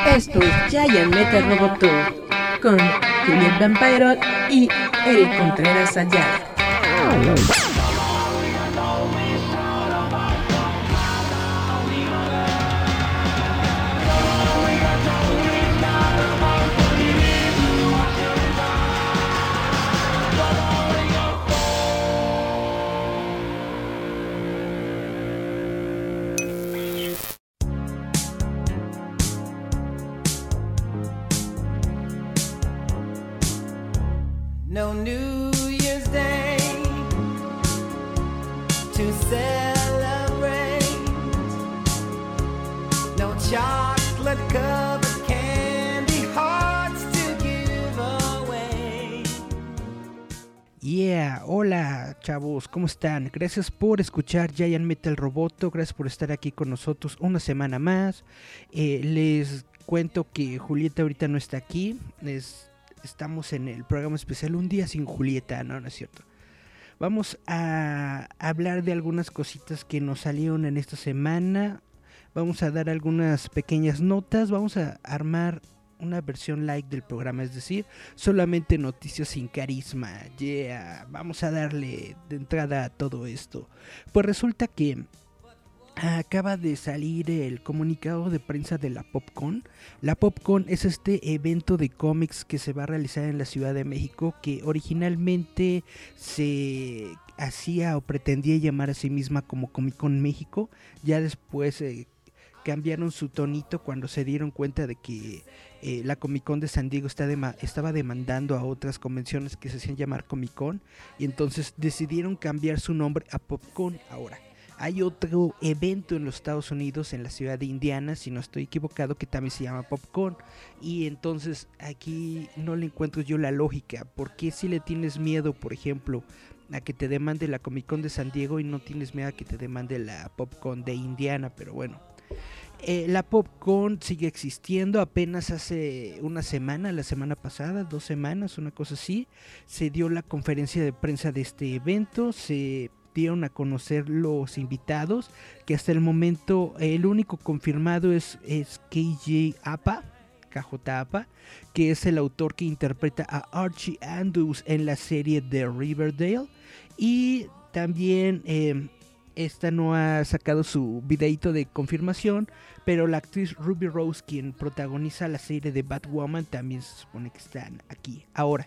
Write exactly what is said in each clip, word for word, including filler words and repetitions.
Esto es Giant Metal Roboto con Juliet Vampiro y Eric Contreras Ayala. No New Year's Day to celebrate. No chocolate covered candy hearts to give away. Yeah, hola chavos, ¿cómo están? Gracias por escuchar Giant Metal Roboto, gracias por estar aquí con nosotros una semana más. Eh, les cuento que Julieta ahorita no está aquí, es... Estamos en el programa especial Un Día Sin Julieta, no, no es cierto. Vamos a hablar de algunas cositas que nos salieron en esta semana. Vamos a dar algunas pequeñas notas. Vamos a armar una versión light del programa, es decir, solamente noticias sin carisma. Yeah, vamos a darle de entrada a todo esto. Pues resulta que acaba de salir el comunicado de prensa de la PopCon. La PopCon es este evento de cómics que se va a realizar en la Ciudad de México, que originalmente se hacía o pretendía llamar a sí misma como Comic Con México. Ya después eh, cambiaron su tonito cuando se dieron cuenta de que eh, la Comic Con de San Diego está dema- estaba demandando a otras convenciones que se hacían llamar Comic Con, y entonces decidieron cambiar su nombre a PopCon ahora. Hay otro evento en los Estados Unidos, en la ciudad de Indiana, si no estoy equivocado, que también se llama PopCon. Y entonces aquí no le encuentro yo la lógica. ¿Por qué si le tienes miedo, por ejemplo, a que te demande la Comic Con de San Diego y no tienes miedo a que te demande la PopCon de Indiana? Pero bueno, eh, la PopCon sigue existiendo. Apenas hace una semana, la semana pasada, dos semanas, una cosa así, se dio la conferencia de prensa de este evento. Se dieron a conocer los invitados, que hasta el momento el único confirmado es, es K J Apa, K J Apa, que es el autor que interpreta a Archie Andrews en la serie de Riverdale. Y también eh, esta no ha sacado su videito de confirmación, pero la actriz Ruby Rose, quien protagoniza la serie de Batwoman, también se supone que están aquí. Ahora,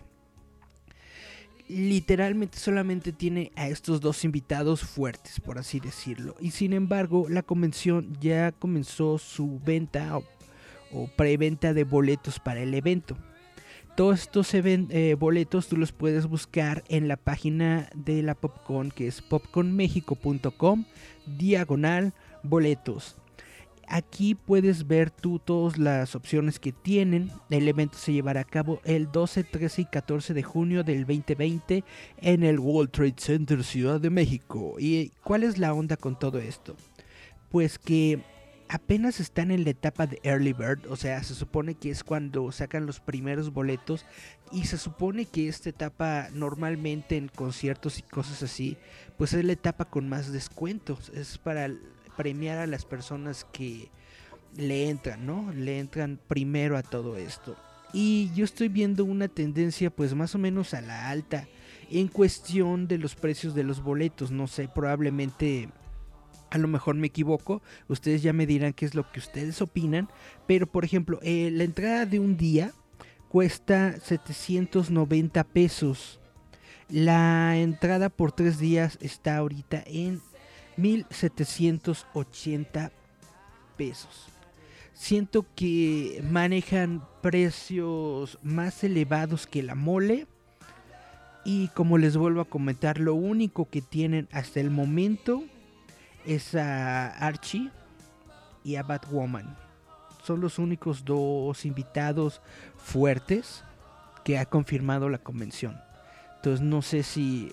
literalmente solamente tiene a estos dos invitados fuertes, por así decirlo. Y sin embargo, la convención ya comenzó su venta o, o preventa de boletos para el evento. Todos estos even- eh, boletos tú los puedes buscar en la página de la PopCon, que es popcorn mexico punto com diagonal boletos. Aquí puedes ver tú todas las opciones que tienen. El evento se llevará a cabo el doce, trece y catorce de junio del veinte veinte en el World Trade Center Ciudad de México. ¿Y cuál es la onda con todo esto? Pues que apenas están en la etapa de Early Bird, o sea, se supone que es cuando sacan los primeros boletos, y se supone que esta etapa normalmente en conciertos y cosas así, pues es la etapa con más descuentos, es para premiar a las personas que le entran, ¿no? Le entran primero a todo esto. Y yo estoy viendo una tendencia pues más o menos a la alta en cuestión de los precios de los boletos. No sé, probablemente a lo mejor me equivoco, ustedes ya me dirán qué es lo que ustedes opinan. Pero por ejemplo, eh, la entrada de un día cuesta setecientos noventa pesos. La entrada por tres días está ahorita en mil setecientos ochenta pesos. Siento que manejan precios más elevados que la mole. Y como les vuelvo a comentar, lo único que tienen hasta el momento es a Archie y a Batwoman. Son los únicos dos invitados fuertes que ha confirmado la convención. Entonces no sé si...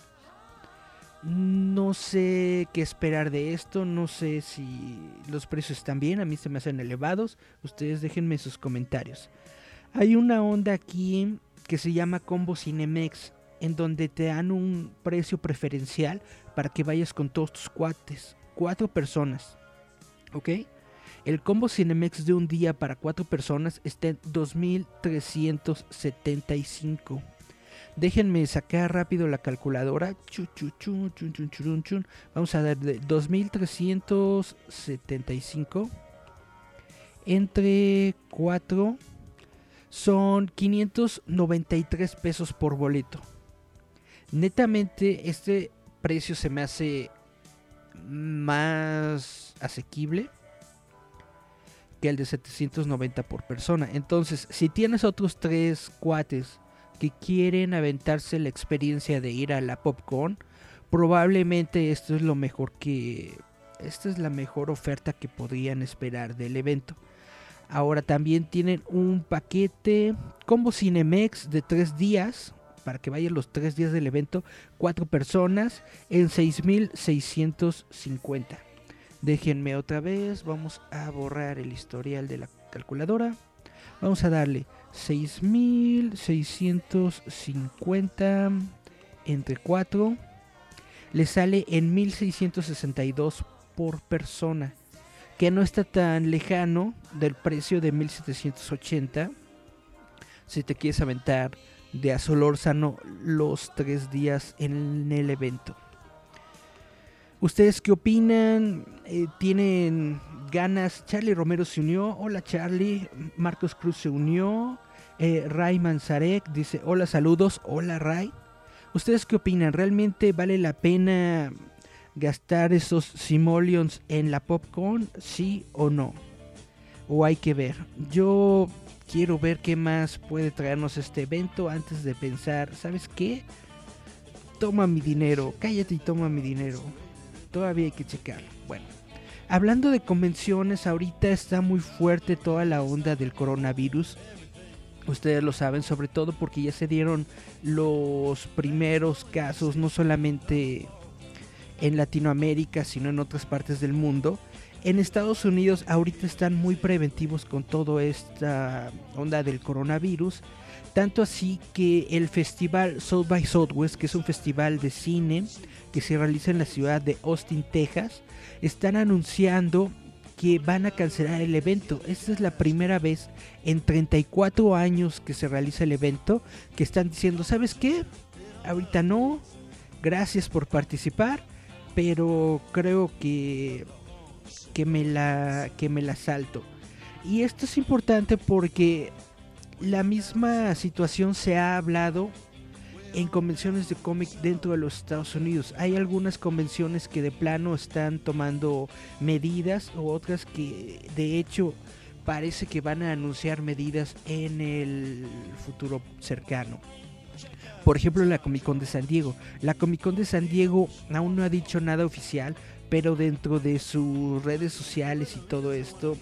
No sé qué esperar de esto, no sé si los precios están bien, a mí se me hacen elevados. Ustedes déjenme sus comentarios. Hay una onda aquí que se llama Combo Cinemex, en donde te dan un precio preferencial para que vayas con todos tus cuates, cuatro personas, ¿ok? El combo Cinemex de un día para cuatro personas está en dos mil trescientos setenta y cinco. Déjenme sacar rápido la calculadora. Chu, chu, chu, chun, chun, chun, chun. Vamos a dar de dos mil trescientos setenta y cinco entre cuatro son quinientos noventa y tres pesos por boleto. Netamente este precio se me hace más asequible que el de setecientos noventa por persona. Entonces, si tienes otros tres cuates que quieren aventarse la experiencia de ir a la PopCon, probablemente esto es lo mejor que esta es la mejor oferta que podrían esperar del evento. Ahora también tienen un paquete combo Cinemex de tres días para que vayan los tres días del evento, cuatro personas en seis mil seiscientos cincuenta. Déjenme otra vez, vamos a borrar el historial de la calculadora. Vamos a darle seis mil seiscientos cincuenta entre cuatro. Le sale en mil seiscientos sesenta y dos por persona, que no está tan lejano del precio de mil setecientos ochenta si te quieres aventar de a Solórzano los tres días en el evento. ¿Ustedes qué opinan? Eh, ¿Tienen ganas? Charlie Romero se unió. Hola Charlie. Marcos Cruz se unió. Eh, Ray Manzarek dice hola, saludos. Hola Ray. ¿Ustedes qué opinan? ¿Realmente vale la pena gastar esos simoleons en la PopCon? ¿Sí o no? ¿O hay que ver? Yo quiero ver qué más puede traernos este evento antes de pensar, ¿sabes qué? Toma mi dinero, cállate y toma mi dinero. Todavía hay que checar. Bueno, hablando de convenciones, ahorita está muy fuerte toda la onda del coronavirus. Ustedes lo saben, sobre todo porque ya se dieron los primeros casos, no solamente en Latinoamérica, sino en otras partes del mundo. En Estados Unidos ahorita están muy preventivos con toda esta onda del coronavirus. Tanto así que el festival South by Southwest, que es un festival de cine que se realiza en la ciudad de Austin, Texas, están anunciando que van a cancelar el evento. Esta es la primera vez en treinta y cuatro años que se realiza el evento que están diciendo, ¿sabes qué? Ahorita no, gracias por participar, pero creo que, que, me, la, que me la salto. Y esto es importante porque la misma situación se ha hablado en convenciones de cómic dentro de los Estados Unidos. Hay algunas convenciones que de plano están tomando medidas, o otras que de hecho parece que van a anunciar medidas en el futuro cercano. Por ejemplo, la Comic Con de San Diego. La Comic Con de San Diego aún no ha dicho nada oficial, pero dentro de sus redes sociales y todo esto,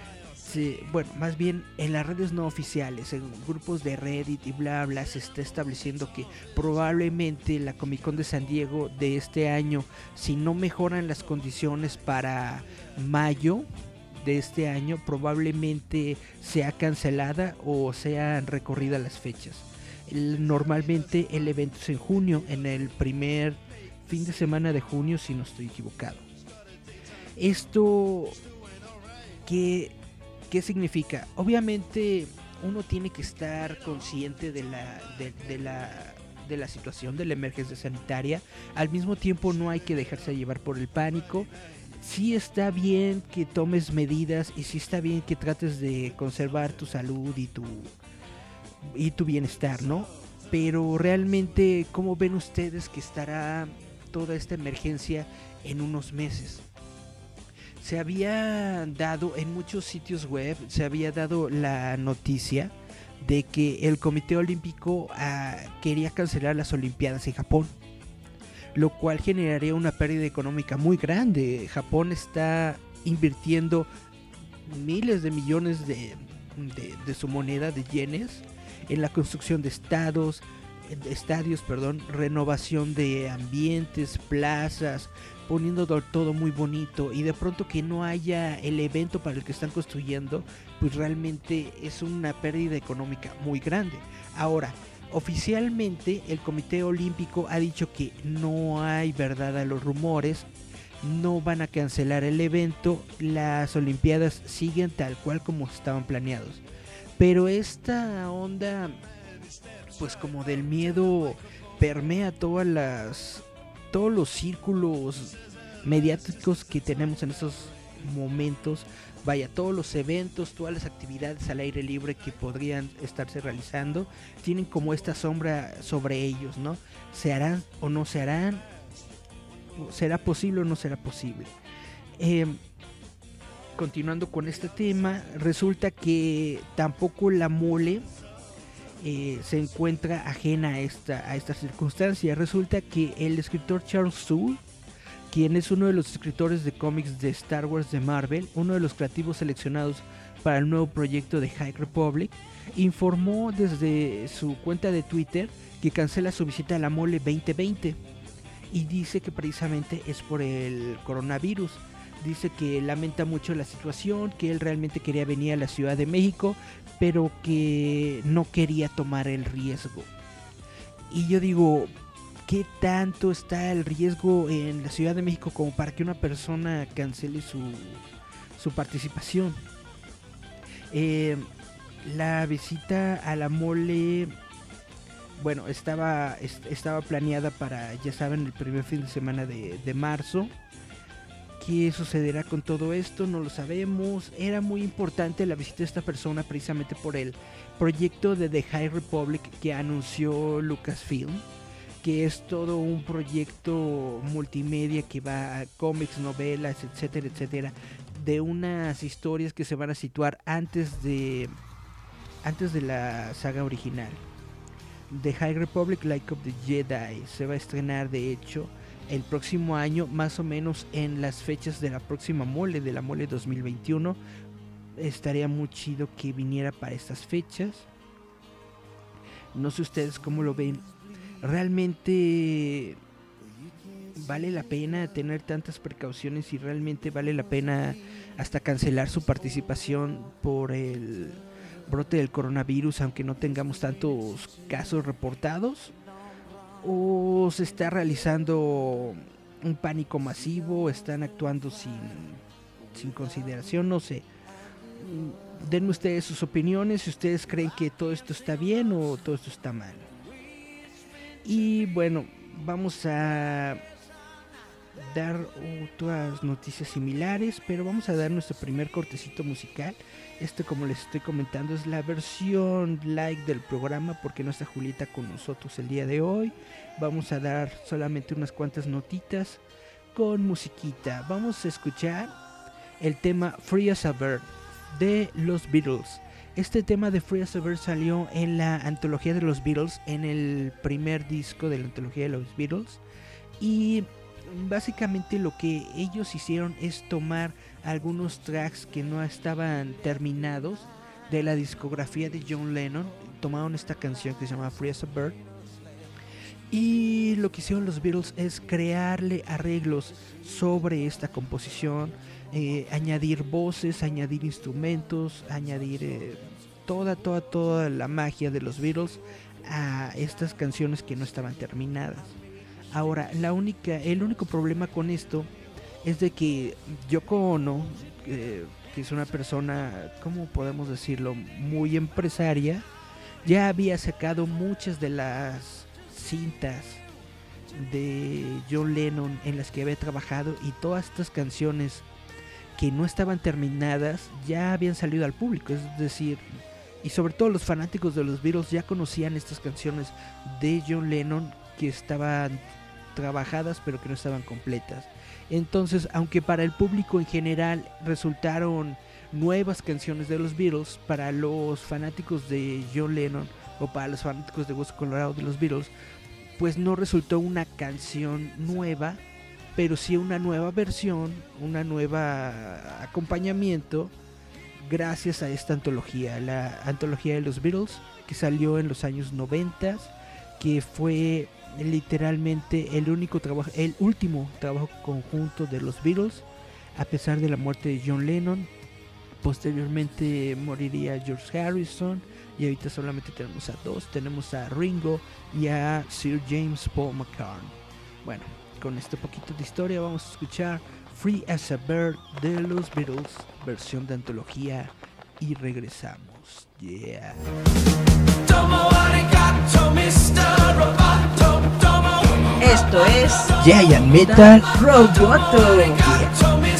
se, bueno, más bien en las redes no oficiales, en grupos de Reddit y bla bla, se está estableciendo que probablemente la Comic Con de San Diego de este año, si no mejoran las condiciones para mayo de este año, probablemente sea cancelada o sean recorridas las fechas. El, normalmente el evento es en junio, en el primer fin de semana de junio, si no estoy equivocado. Esto que ¿qué significa? Obviamente uno tiene que estar consciente de la, de, de la, de la situación, de la emergencia sanitaria. Al mismo tiempo no hay que dejarse llevar por el pánico. Sí está bien que tomes medidas y sí está bien que trates de conservar tu salud y tu, y tu bienestar, ¿no? Pero realmente, ¿cómo ven ustedes que estará toda esta emergencia en unos meses? Se había dado en muchos sitios web, se había dado la noticia de que el Comité Olímpico uh, quería cancelar las Olimpiadas en Japón, lo cual generaría una pérdida económica muy grande. Japón está invirtiendo miles de millones de, de, de su moneda de yenes en la construcción de estados, de estadios, perdón, renovación de ambientes, plazas, poniendo todo muy bonito, y de pronto que no haya el evento para el que están construyendo, pues realmente es una pérdida económica muy grande. Ahora, oficialmente el Comité Olímpico ha dicho que no hay verdad a los rumores, no van a cancelar el evento, las Olimpiadas siguen tal cual como estaban planeados. Pero esta onda, pues como del miedo, permea todas las, todos los círculos mediáticos que tenemos en esos momentos. Vaya, todos los eventos, todas las actividades al aire libre que podrían estarse realizando, tienen como esta sombra sobre ellos, ¿no? ¿Se harán o no se harán? ¿Será posible o no será posible? Eh, continuando con este tema, resulta que tampoco la mole eh, se encuentra ajena a esta, a esta circunstancia. Resulta que el escritor Charles Soule, quien es uno de los escritores de cómics de Star Wars de Marvel, uno de los creativos seleccionados para el nuevo proyecto de High Republic, informó desde su cuenta de Twitter que cancela su visita a la mole veinte veinte. Y dice que precisamente es por el coronavirus. Dice que lamenta mucho la situación, que él realmente quería venir a la Ciudad de México, pero que no quería tomar el riesgo. Y yo digo, ¿qué tanto está el riesgo en la Ciudad de México como para que una persona cancele su, su participación? Eh, la visita a la mole, bueno, estaba, est- estaba planeada para, ya saben, el primer fin de semana de, de marzo. ¿Qué sucederá con todo esto? No lo sabemos. Era muy importante la visita de esta persona precisamente por el proyecto de The High Republic que anunció Lucasfilm, que es todo un proyecto multimedia que va a cómics, novelas, etcétera, etcétera, de unas historias que se van a situar antes de antes de la saga original. The High Republic Light of the Jedi se va a estrenar, de hecho, el próximo año, más o menos en las fechas de la próxima mole, de la mole dos mil veintiuno. Estaría muy chido que viniera para estas fechas. No sé ustedes cómo lo ven. ¿Realmente vale la pena tener tantas precauciones y realmente vale la pena hasta cancelar su participación por el brote del coronavirus, aunque no tengamos tantos casos reportados? ¿O se está realizando un pánico masivo? ¿Están actuando sin, sin consideración? No sé. Denme ustedes sus opiniones, si ustedes creen que todo esto está bien o todo esto está mal. Y bueno, vamos a dar otras noticias similares, pero vamos a dar nuestro primer cortecito musical. Este, como les estoy comentando, es la versión live del programa porque no está Julieta con nosotros el día de hoy. Vamos a dar solamente unas cuantas notitas con musiquita. Vamos a escuchar el tema Free as a Bird de los Beatles. Este tema de Free as a Bird salió en la antología de los Beatles, en el primer disco de la antología de los Beatles, y básicamente lo que ellos hicieron es tomar algunos tracks que no estaban terminados de la discografía de John Lennon. Tomaron esta canción que se llama Free as a Bird, y lo que hicieron los Beatles es crearle arreglos sobre esta composición, eh, añadir voces, añadir instrumentos, añadir eh, toda, toda, toda la magia de los Beatles a estas canciones que no estaban terminadas. Ahora, la única, el único problema con esto es de que Yoko Ono, eh, que es una persona, ¿cómo podemos decirlo?, muy empresaria, ya había sacado muchas de las cintas de John Lennon en las que había trabajado, y todas estas canciones que no estaban terminadas ya habían salido al público. Es decir, y sobre todo los fanáticos de los Beatles ya conocían estas canciones de John Lennon que estaban trabajadas pero que no estaban completas. Entonces, aunque para el público en general resultaron nuevas canciones de los Beatles, para los fanáticos de John Lennon o para los fanáticos de Hueso Colorado de los Beatles, pues no resultó una canción nueva, pero sí una nueva versión, una nueva acompañamiento, gracias a esta antología, la antología de los Beatles, que salió en los años noventa, que fue literalmente el único trabajo, el último trabajo conjunto de los Beatles, a pesar de la muerte de John Lennon. Posteriormente moriría George Harrison, y ahorita solamente tenemos a dos, tenemos a Ringo y a Sir James Paul McCartney. Bueno, con este poquito de historia vamos a escuchar Free as a Bird de los Beatles, versión de antología, y regresamos. Yeah. Esto es Giant Metal Roboto. Yeah.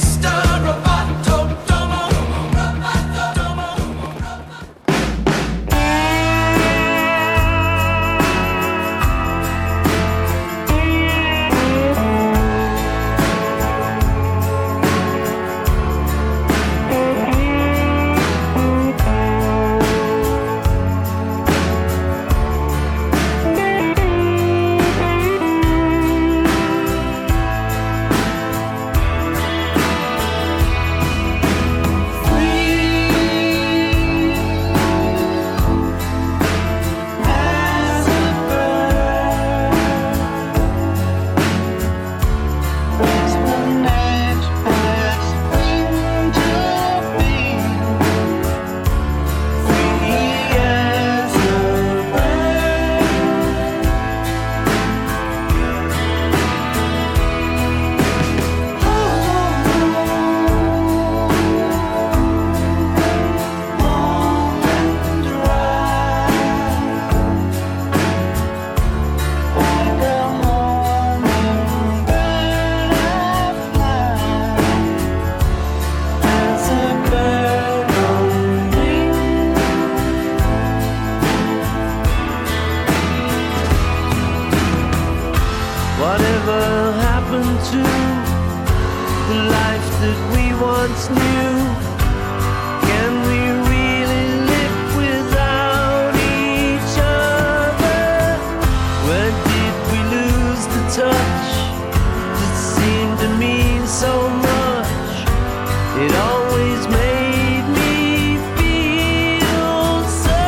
Whatever happened to the life that we once knew? Can we really live without each other? When did we lose the touch that seemed to mean so much? It always made me feel so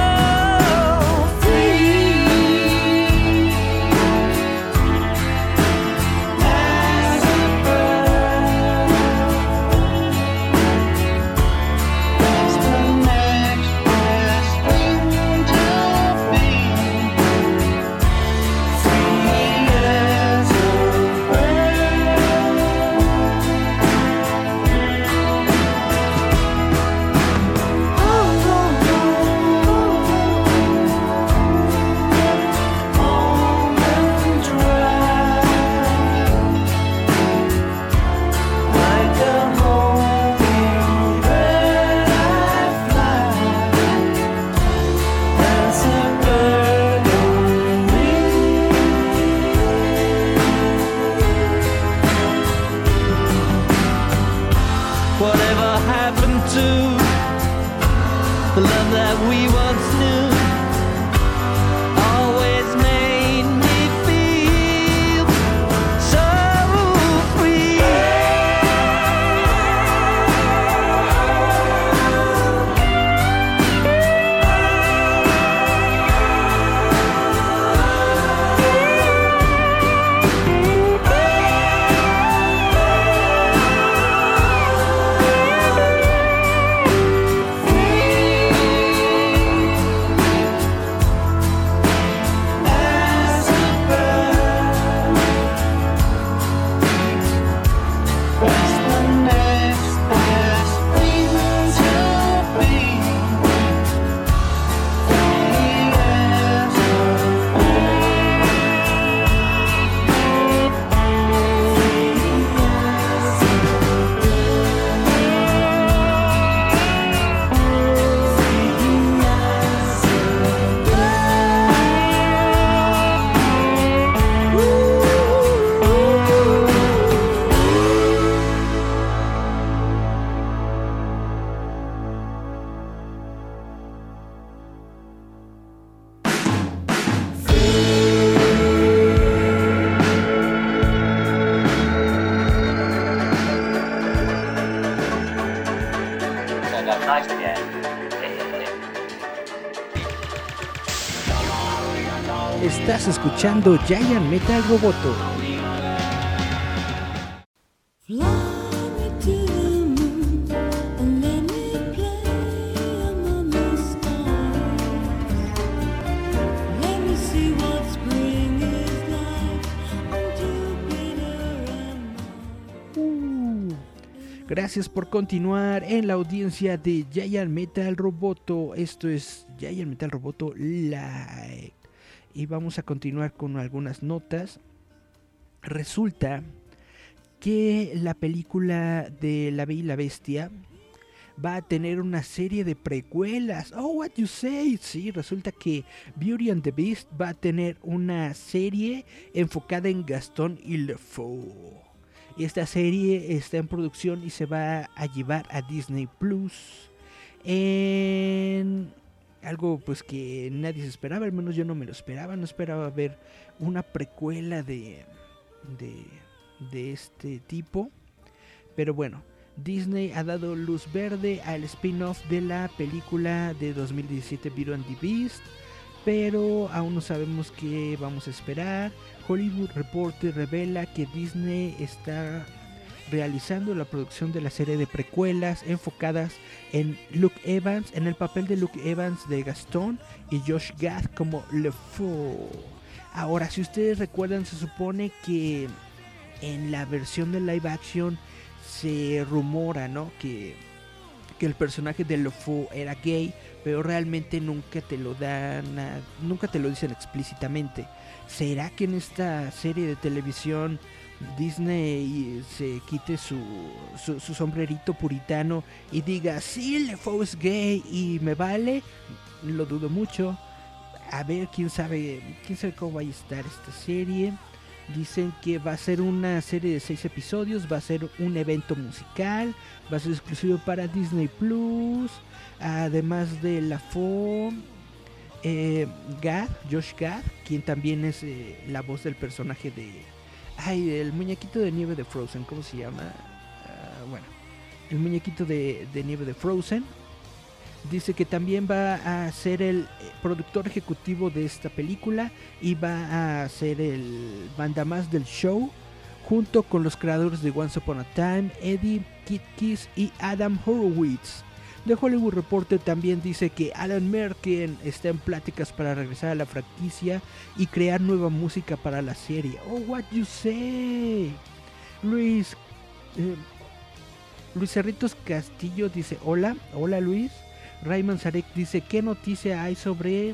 free. As a bird, that's the next best thing to be. Free as a bird. Home and dry, like a homing bird I fly, as a bird on wing. Whatever happened to the love that we once knew? Always made me feel so free. As a bird, that's the next best thing to be. Free as a Estás escuchando Giant Metal Roboto. Fly me to the moon and let me play among the stars. Let me see what spring is like on Jupiter Gracias por continuar en la audiencia de Giant Metal Roboto. Esto es Giant Metal Roboto Live. Y vamos a continuar con algunas notas. Resulta que la película de La Bella y la Bestia va a tener una serie de precuelas. Oh, what you say? Sí, resulta que Beauty and the Beast va a tener una serie enfocada en Gastón y LeFou. Esta serie está en producción y se va a llevar a Disney Plus en algo pues que nadie se esperaba, al menos yo no me lo esperaba, no esperaba ver una precuela de de, de este tipo, pero bueno, Disney ha dado luz verde al spin-off de la película de dos mil diecisiete Beauty and the Beast, pero aún no sabemos qué vamos a esperar. Hollywood Reporter revela que Disney está realizando la producción de la serie de precuelas enfocadas en Luke Evans, en el papel de Luke Evans de Gastón, y Josh Gad como LeFou. Ahora, si ustedes recuerdan, se supone que en la versión de live action se rumora, ¿no?, que, que el personaje de LeFou era gay, pero realmente nunca te lo dan, a, nunca te lo dicen explícitamente. ¿Será que en esta serie de televisión Disney se quite su, su, su sombrerito puritano y diga, sí, LeFou es gay y me vale? Lo dudo mucho. A ver, quién sabe, quién sabe cómo va a estar esta serie. Dicen que va a ser una serie de seis episodios, va a ser un evento musical, va a ser exclusivo para Disney Plus. Además de LeFou, eh, Gad, Josh Gad, quien también es eh, la voz del personaje de, ay, el muñequito de nieve de Frozen, ¿cómo se llama? Uh, bueno, el muñequito de, de nieve de Frozen. Dice que también va a ser el productor ejecutivo de esta película y va a ser el mandamás del show, junto con los creadores de Once Upon a Time, Eddie Kitkiss y Adam Horowitz. The Hollywood Reporter también dice que Alan Menken está en pláticas para regresar a la franquicia y crear nueva música para la serie. Oh, what you say? Luis eh, Luis Cerritos Castillo dice hola, hola Luis. Rayman Zarek dice, ¿qué noticia hay sobre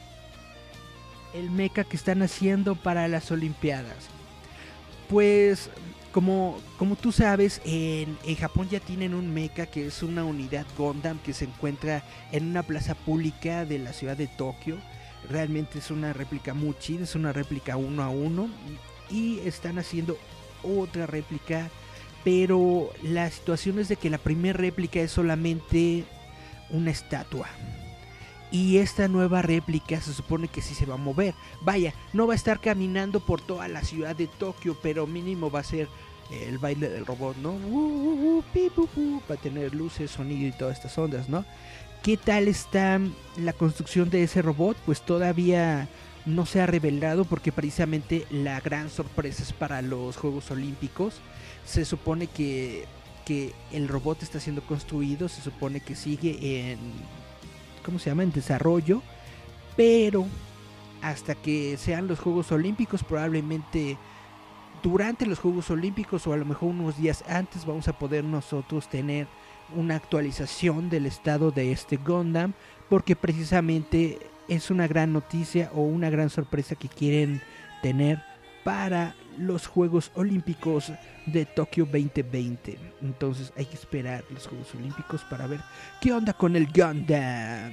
el mecha que están haciendo para las Olimpiadas? Pues como, como tú sabes, en, en Japón ya tienen un mecha que es una unidad Gundam que se encuentra en una plaza pública de la ciudad de Tokio. Realmente es una réplica muy chida, es una réplica uno a uno, y están haciendo otra réplica, pero la situación es de que la primera réplica es solamente una estatua, y esta nueva réplica se supone que sí se va a mover. Vaya, no va a estar caminando por toda la ciudad de Tokio, pero mínimo va a ser el baile del robot, ¿no? Uh, uh, uh, pi, pu, pu, va a tener luces, sonido y todas estas ondas, ¿no? ¿Qué tal está la construcción de ese robot? Pues todavía no se ha revelado, porque precisamente la gran sorpresa es para los Juegos Olímpicos. Se supone que que el robot está siendo construido, se supone que sigue en, ¿cómo se llama?, en desarrollo, pero hasta que sean los Juegos Olímpicos, probablemente durante los Juegos Olímpicos o a lo mejor unos días antes, vamos a poder nosotros tener una actualización del estado de este Gundam, porque precisamente es una gran noticia o una gran sorpresa que quieren tener para los Juegos Olímpicos de Tokio veinte veinte. Entonces hay que esperar los Juegos Olímpicos para ver qué onda con el Gundam.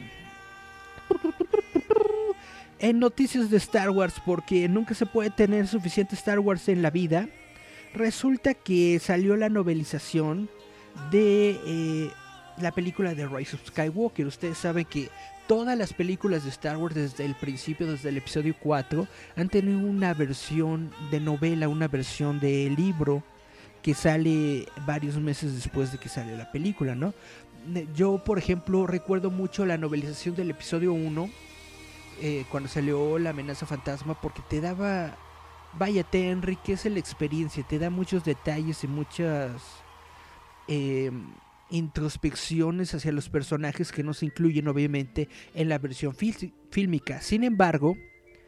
En noticias de Star Wars, porque nunca se puede tener suficiente Star Wars en la vida, resulta que salió la novelización de eh, la película de Rise of Skywalker. Ustedes saben que todas las películas de Star Wars desde el principio, desde el episodio cuatro, han tenido una versión de novela, una versión de libro que sale varios meses después de que sale la película, ¿no? Yo, por ejemplo, recuerdo mucho la novelización del episodio uno, eh, cuando salió La Amenaza Fantasma, porque te daba, vaya, te enriquece la experiencia, te da muchos detalles y muchas eh, introspecciones hacia los personajes que no se incluyen obviamente en la versión fí- fílmica. Sin embargo,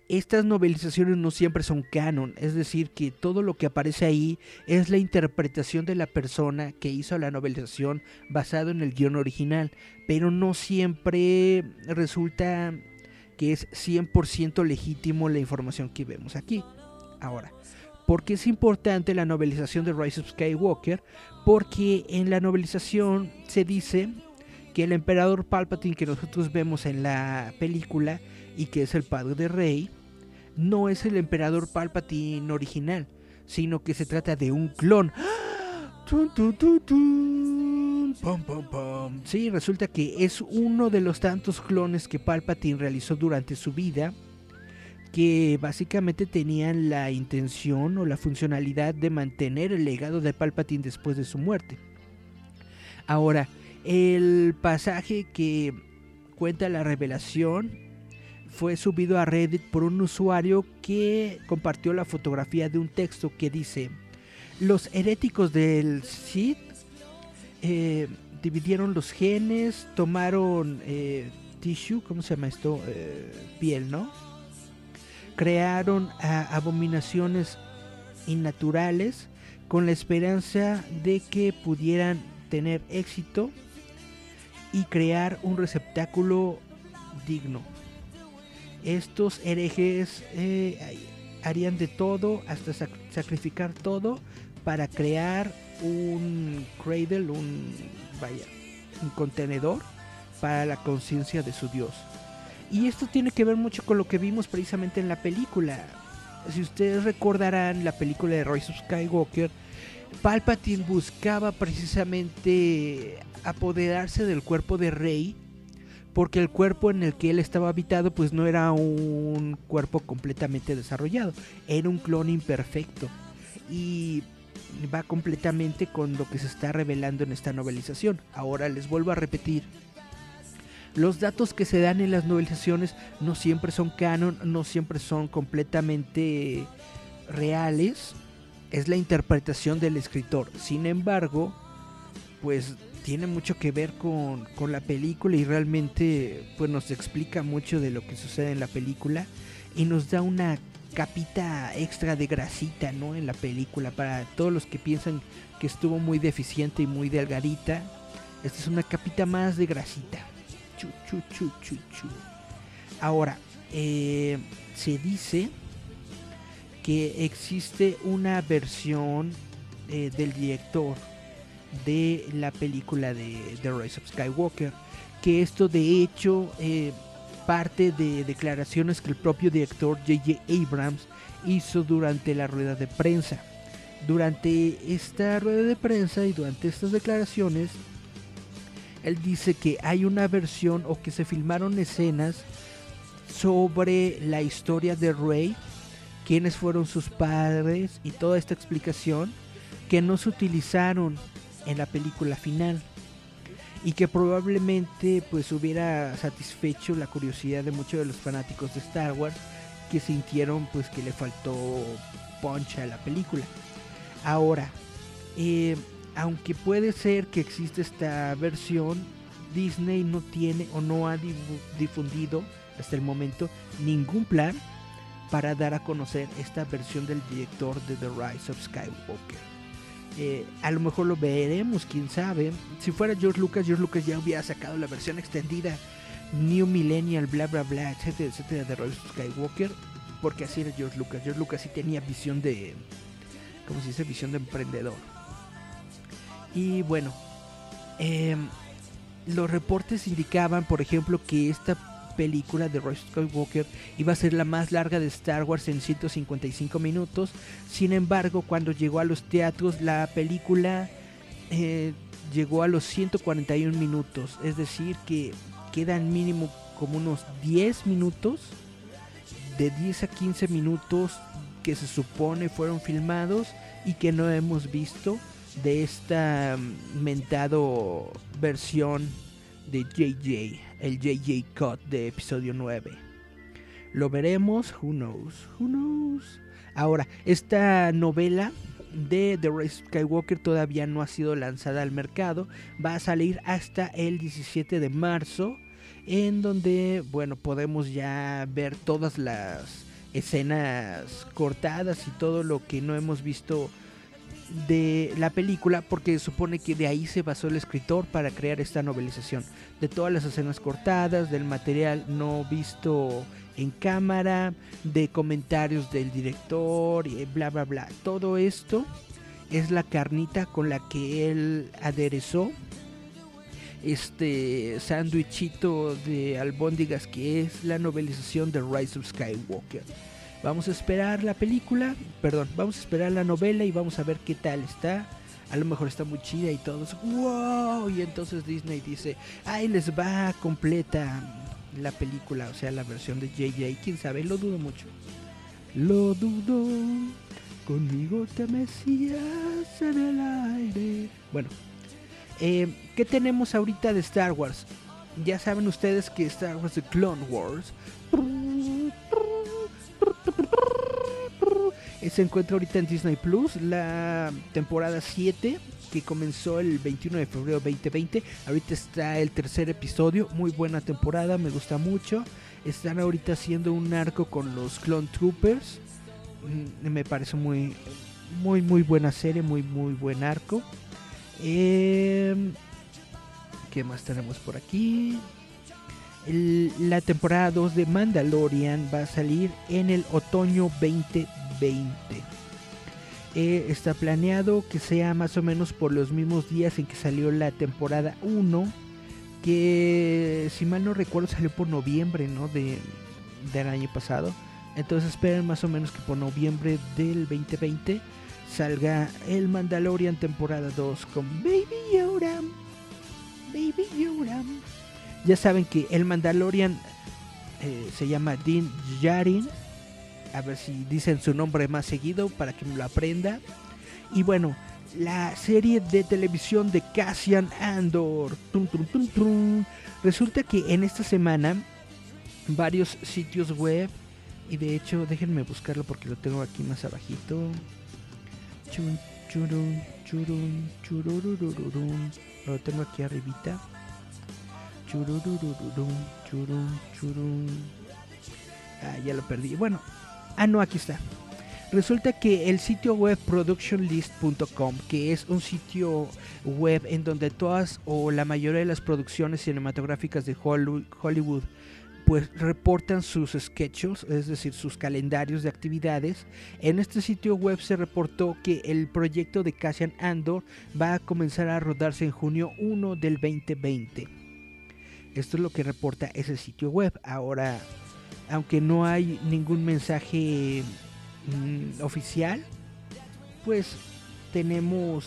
estas novelizaciones no siempre son canon, es decir, que todo lo que aparece ahí es la interpretación de la persona que hizo la novelización basado en el guión original, pero no siempre resulta que es cien por ciento legítimo la información que vemos aquí. Ahora, ¿por qué es importante la novelización de Rise of Skywalker? Porque en la novelización se dice que el emperador Palpatine que nosotros vemos en la película y que es el padre de Rey, no es el emperador Palpatine original, sino que se trata de un clon. Tun, tun, tun, tun. Pum, pum, pum. Sí, resulta que es uno de los tantos clones que Palpatine realizó durante su vida, que básicamente tenían la intención o la funcionalidad de mantener el legado de Palpatine después de su muerte. Ahora, el pasaje que cuenta la revelación fue subido a Reddit por un usuario que compartió la fotografía de un texto que dice: los heréticos del Sith eh, dividieron los genes, tomaron eh, tissue, ¿cómo se llama esto? Eh, piel, ¿no? Crearon a, abominaciones innaturales con la esperanza de que pudieran tener éxito y crear un receptáculo digno. Estos herejes eh, harían de todo, hasta sac- sacrificar todo para crear un cradle, un, vaya, un contenedor para la conciencia de su dios. Y esto tiene que ver mucho con lo que vimos precisamente en la película. Si ustedes recordarán la película de Rise of Skywalker, Palpatine buscaba precisamente apoderarse del cuerpo de Rey, porque el cuerpo en el que él estaba habitado pues no era un cuerpo completamente desarrollado, era un clon imperfecto, y va completamente con lo que se está revelando en esta novelización. Ahora les vuelvo a repetir, los datos que se dan en las novelizaciones no siempre son canon, no siempre son completamente reales, es la interpretación del escritor. Sin embargo, pues tiene mucho que ver con, con la película, y realmente pues nos explica mucho de lo que sucede en la película y nos da una capita extra de grasita, ¿no? En la película, para todos los que piensan que estuvo muy deficiente y muy delgadita, esta es una capita más de grasita. Chu, chu, chu, chu, chu. Ahora, eh, se dice que existe una versión eh, del director de la película de The Rise of Skywalker, que esto de hecho eh, parte de declaraciones que el propio director J J Abrams hizo durante la rueda de prensa. Durante esta rueda de prensa y durante estas declaraciones, él dice que hay una versión, o que se filmaron escenas sobre la historia de Rey, quiénes fueron sus padres y toda esta explicación, que no se utilizaron en la película final, y que probablemente pues hubiera satisfecho la curiosidad de muchos de los fanáticos de Star Wars, que sintieron pues que le faltó punch a la película. Ahora, eh, aunque puede ser que existe esta versión, Disney no tiene o no ha difundido hasta el momento ningún plan para dar a conocer esta versión del director de The Rise of Skywalker. Eh, a lo mejor lo veremos, quién sabe. Si fuera George Lucas, George Lucas ya hubiera sacado la versión extendida, New Millennial, bla bla bla, etcétera, etcétera, de Rise of Skywalker, porque así era George Lucas. George Lucas sí tenía visión de, ¿cómo se dice? Visión de emprendedor. Y bueno, eh, los reportes indicaban, por ejemplo, que esta película de Rise of Skywalker iba a ser la más larga de Star Wars en ciento cincuenta y cinco minutos. Sin embargo, cuando llegó a los teatros, la película eh, llegó a los ciento cuarenta y un minutos, es decir que quedan mínimo como unos diez minutos, de diez a quince minutos, que se supone fueron filmados y que no hemos visto de esta um, mentado versión de J J, el J J Cut de episodio nueve. Lo veremos, who knows, who knows. Ahora, esta novela de The Rise of Skywalker todavía no ha sido lanzada al mercado, va a salir hasta el diecisiete de marzo, en donde, bueno, podemos ya ver todas las escenas cortadas y todo lo que no hemos visto de la película, porque supone que de ahí se basó el escritor para crear esta novelización, de todas las escenas cortadas, del material no visto en cámara, de comentarios del director, y bla bla bla. Todo esto es la carnita con la que él aderezó este sándwichito de albóndigas que es la novelización de Rise of Skywalker. Vamos a esperar la película, perdón, vamos a esperar la novela y vamos a ver qué tal está. A lo mejor está muy chida y todos, wow, y entonces Disney dice, ay, les va completa la película, o sea, la versión de J J, quién sabe, lo dudo mucho. Lo dudo, conmigo te mecías en el aire. Bueno, eh, ¿qué tenemos ahorita de Star Wars? Ya saben ustedes que Star Wars The Clone Wars se encuentra ahorita en Disney Plus, la temporada siete que comenzó el veintiuno de febrero de veinte veinte. Ahorita está el tercer episodio, muy buena temporada, me gusta mucho. Están ahorita haciendo un arco con los Clone Troopers, mm, me parece muy muy muy buena serie, muy muy buen arco. Eh, ¿Qué más tenemos por aquí? El, la temporada dos de Mandalorian va a salir en el otoño veinte veinte. Eh, está planeado que sea más o menos por los mismos días en que salió la temporada uno, que si mal no recuerdo salió por noviembre, ¿no? de, del año pasado. Entonces esperen más o menos que por noviembre del veinte veinte salga el Mandalorian temporada dos con Baby Yoda. Baby Yoda. Ya saben que el Mandalorian eh, se llama Din Djarin. A ver si dicen su nombre más seguido para que me lo aprenda. Y bueno, la serie de televisión de Cassian Andor. Tum, tum, tum, tum. Resulta que en esta semana varios sitios web, y de hecho déjenme buscarlo porque lo tengo aquí más abajito. Chun, churun, churun, churururururun. Lo tengo aquí arribita. Churururururun, churun, churun. Ah, ya lo perdí. Bueno. Ah, no, aquí está. Resulta que el sitio web production list punto com, que es un sitio web en donde todas o la mayoría de las producciones cinematográficas de Hollywood pues reportan sus schedules, es decir, sus calendarios de actividades. En este sitio web se reportó que el proyecto de Cassian Andor va a comenzar a rodarse en junio primero del veinte veinte. Esto es lo que reporta ese sitio web. Ahora, aunque no hay ningún mensaje mmm, oficial, pues tenemos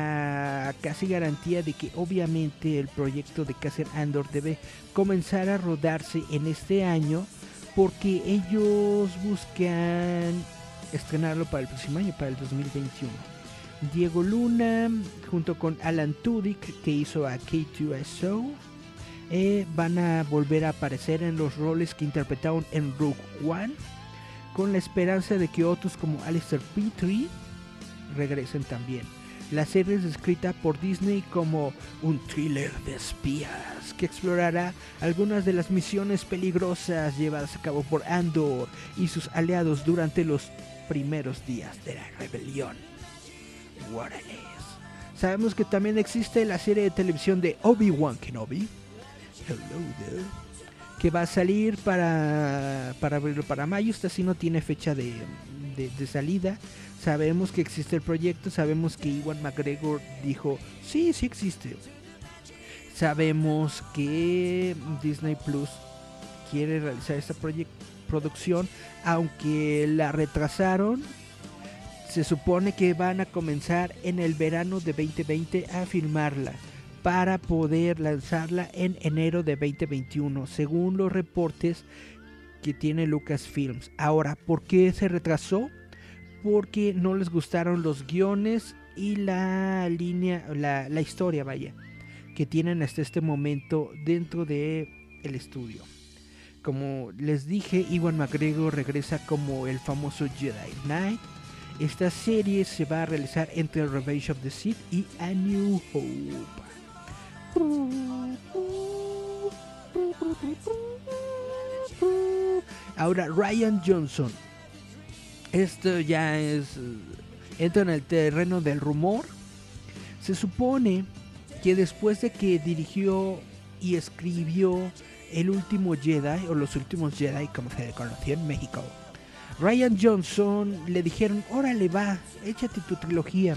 la casi garantía de que obviamente el proyecto de Cassian Andor debe comenzar a rodarse en este año, porque ellos buscan estrenarlo para el próximo año, para el dos mil veintiuno. Diego Luna junto con Alan Tudyk, que hizo a K dos S O, Eh, van a volver a aparecer en los roles que interpretaron en Rogue One, con la esperanza de que otros como Alistair Petrie regresen también. La serie es descrita por Disney como un thriller de espías que explorará algunas de las misiones peligrosas llevadas a cabo por Andor y sus aliados durante los primeros días de la rebelión. Órale. Sabemos que también existe la serie de televisión de Obi-Wan Kenobi, Hello there, que va a salir para para abril o para mayo. Esta sí no tiene fecha de, de, de salida. Sabemos que existe el proyecto, sabemos que Ewan McGregor dijo sí, sí existe. Sabemos que Disney Plus quiere realizar esta producción, aunque la retrasaron. Se supone que van a comenzar en el verano de veinte veinte a filmarla, para poder lanzarla en enero de veinte veintiuno, según los reportes que tiene Lucasfilms. Ahora, ¿por qué se retrasó? Porque no les gustaron los guiones y la línea, la, la historia, vaya, que tienen hasta este momento dentro de el estudio. Como les dije, Ewan McGregor regresa como el famoso Jedi Knight. Esta serie se va a realizar entre Revenge of the Sith y A New Hope. Ahora, Ryan Johnson, Esto ya es... eh, entra en el terreno del rumor. Se supone que después de que dirigió y escribió El último Jedi, o Los últimos Jedi como se le conoció en México, Rian Johnson le dijeron, órale va, échate tu trilogía.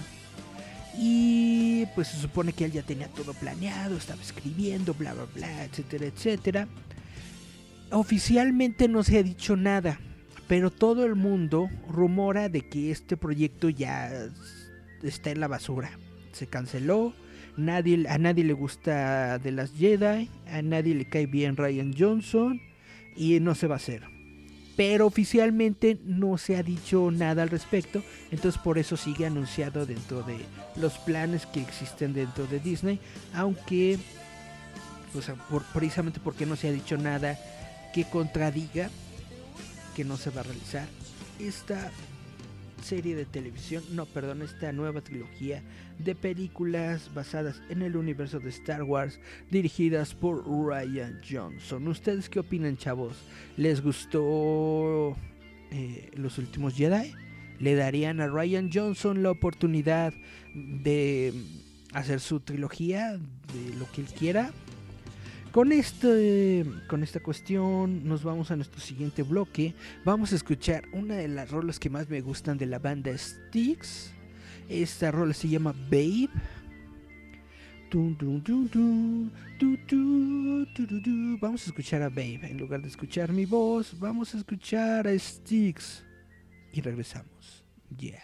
Y pues se supone que él ya tenía todo planeado, estaba escribiendo, bla bla bla, etcétera, etcétera. Oficialmente no se ha dicho nada, pero todo el mundo rumora de que este proyecto ya está en la basura. Se canceló, nadie, a nadie le gusta de las Jedi, a nadie le cae bien Rian Johnson y no se va a hacer. Pero oficialmente no se ha dicho nada al respecto, entonces por eso sigue anunciado dentro de los planes que existen dentro de Disney, aunque pues, por, precisamente porque no se ha dicho nada que contradiga que no se va a realizar esta serie de televisión, no, perdón, esta nueva trilogía de películas basadas en el universo de Star Wars, dirigidas por Rian Johnson. ¿Ustedes qué opinan, chavos? ¿Les gustó eh, Los últimos Jedi? ¿Le darían a Rian Johnson la oportunidad de hacer su trilogía de lo que él quiera? Con, este, con esta cuestión nos vamos a nuestro siguiente bloque. Vamos a escuchar una de las rolas que más me gustan de la banda Styx. Esta rola se llama Babe. Tun, tun, tun, tun, tu, tu, tu, tu, tu. Vamos a escuchar a Babe. En lugar de escuchar mi voz, vamos a escuchar a Styx. Y regresamos. Yeah.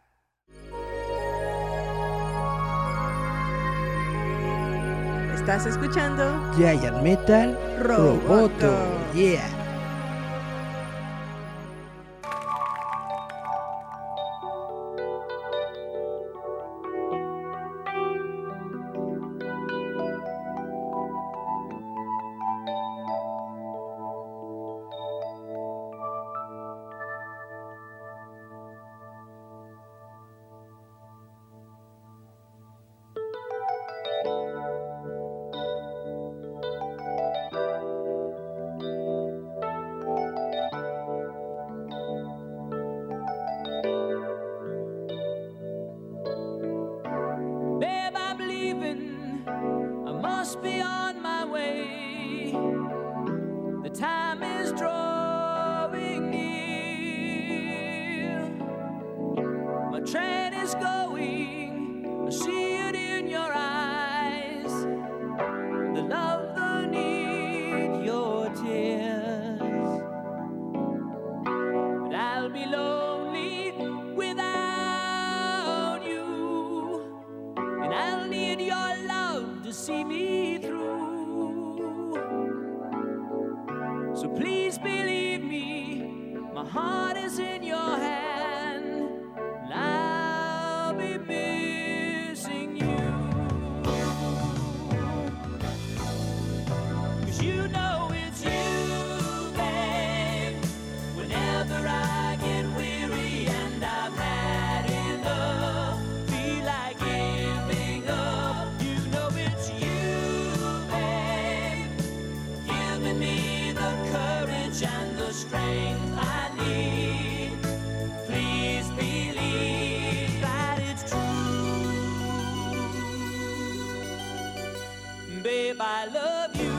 Estás escuchando Giant Metal Roboto. Roboto. Yeah. Babe, I'm leaving. I must be on my way. The time is drawing near. My train is going. I see it in your eyes. The love, the need, your tears. But I'll be lonely without you. And I'll need your love to see me through. So please believe me, my heart is in your hand, and I'll be missing you. 'Cause you know it's you, babe. Whenever I get weary and I've had enough, feel like giving up, you know it's you, babe. Giving me the courage and the strength I need. Please believe that it's true. Babe, I love you.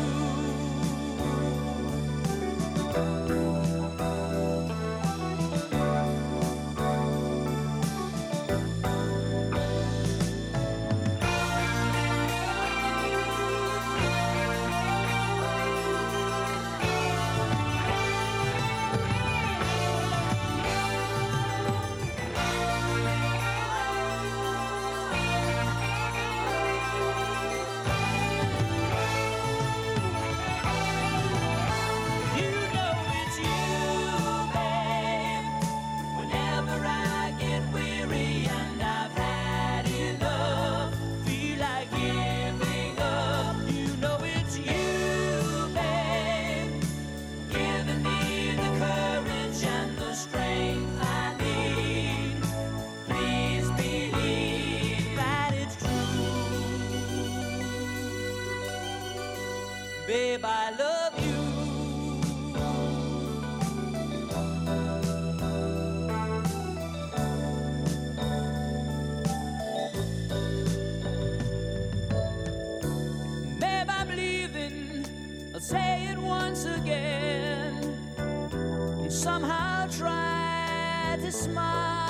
You know it's you, babe. Whenever I get weary and I've had enough, feel like giving up, you know it's you, babe. Giving me the courage and the strength I need. Please believe that it's true. Babe, I love you. once again and somehow try to smile.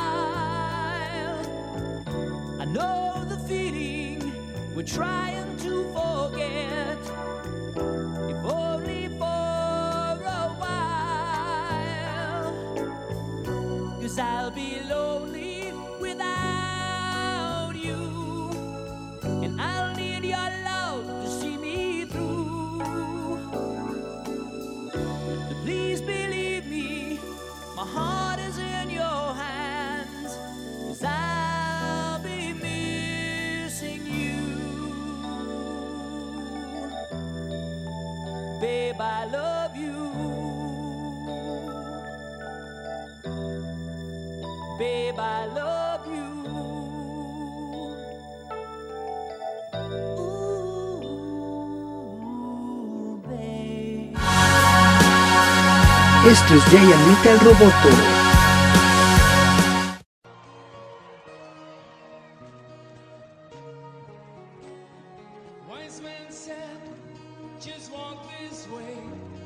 I know the feeling we're trying to forget, if only for a while. 'Cause I'll be lonely without you, and I'll need your love to see me through. So please believe me, my heart is in your hands, 'cause I'll be missing you. Babe, I love you. Babe, I love you. Ooh, babe. Esto es Giant Metal Roboto. Wise man said, just walk this way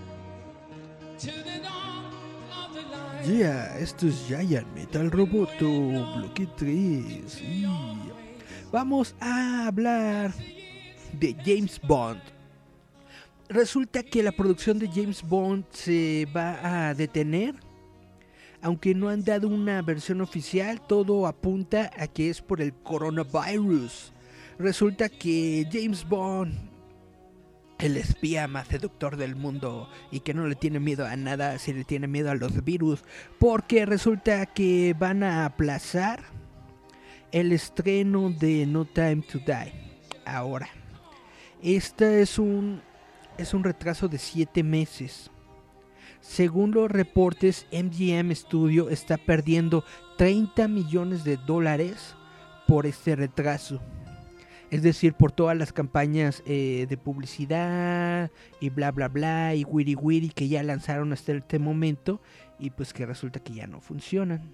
to the dawn of the light. Yeah, esto es Giant Metal Roboto, bloque tres. Y vamos a hablar de James Bond. Resulta que la producción de James Bond se va a detener, aunque no han dado una versión oficial. Todo apunta a que es por el coronavirus. Resulta que James Bond, el espía más seductor del mundo y que no le tiene miedo a nada, si le tiene miedo a los virus, porque resulta que van a aplazar el estreno de No Time to Die. Ahora, este es un es un retraso de siete meses. Según los reportes, M G M Studio está perdiendo treinta millones de dólares por este retraso. Es decir, por todas las campañas eh, de publicidad y bla bla bla y wiri wiri que ya lanzaron hasta este momento y pues que resulta que ya no funcionan.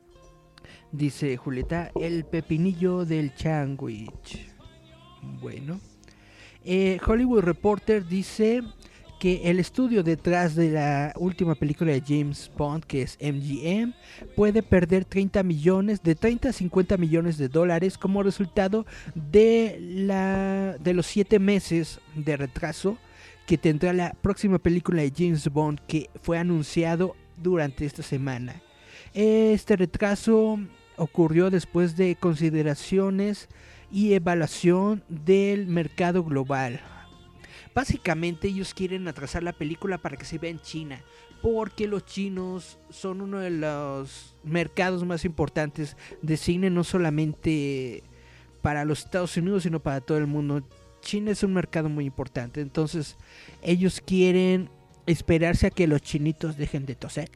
Dice Julieta, el pepinillo del sándwich. Bueno. Eh, Hollywood Reporter dice que el estudio detrás de la última película de James Bond, que es M G M, puede perder treinta millones, de treinta a cincuenta millones de dólares como resultado de, la, de los siete meses de retraso que tendrá la próxima película de James Bond, que fue anunciado durante esta semana. Este retraso ocurrió después de consideraciones y evaluación del mercado global. Básicamente ellos quieren atrasar la película para que se vea en China, porque los chinos son uno de los mercados más importantes de cine, no solamente para los Estados Unidos, sino para todo el mundo. China es un mercado muy importante, entonces ellos quieren esperarse a que los chinitos dejen de toser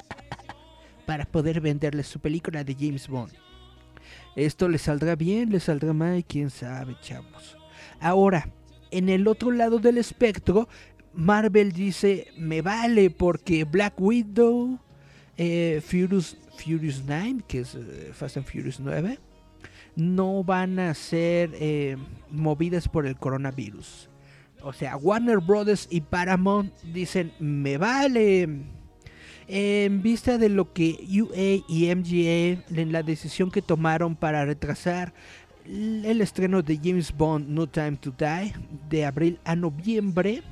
para poder venderles su película de James Bond. Esto les saldrá bien, les saldrá mal, quién sabe, chavos. Ahora, en el otro lado del espectro, Marvel dice, me vale, porque Black Widow, eh, Furious, Furious nueve, que es eh, Fast and Furious nueve, no van a ser eh, movidas por el coronavirus. O sea, Warner Brothers y Paramount dicen, me vale. En vista de lo que U A y M G A, en la decisión que tomaron para retrasar el estreno de James Bond No Time to Die de abril a noviembre,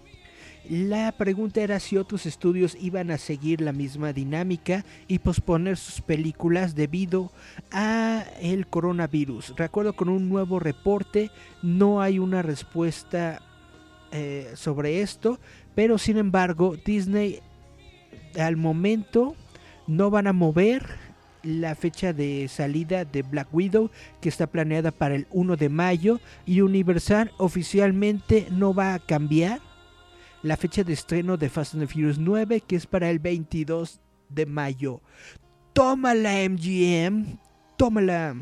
la pregunta era si otros estudios iban a seguir la misma dinámica y posponer sus películas debido a el coronavirus. De acuerdo con un nuevo reporte, no hay una respuesta eh, sobre esto, pero sin embargo Disney al momento no van a mover la fecha de salida de Black Widow, que está planeada para el primero de mayo, y Universal oficialmente no va a cambiar la fecha de estreno de Fast and Furious nueve, que es para el veintidós de mayo. Tómala, M G M, tómala.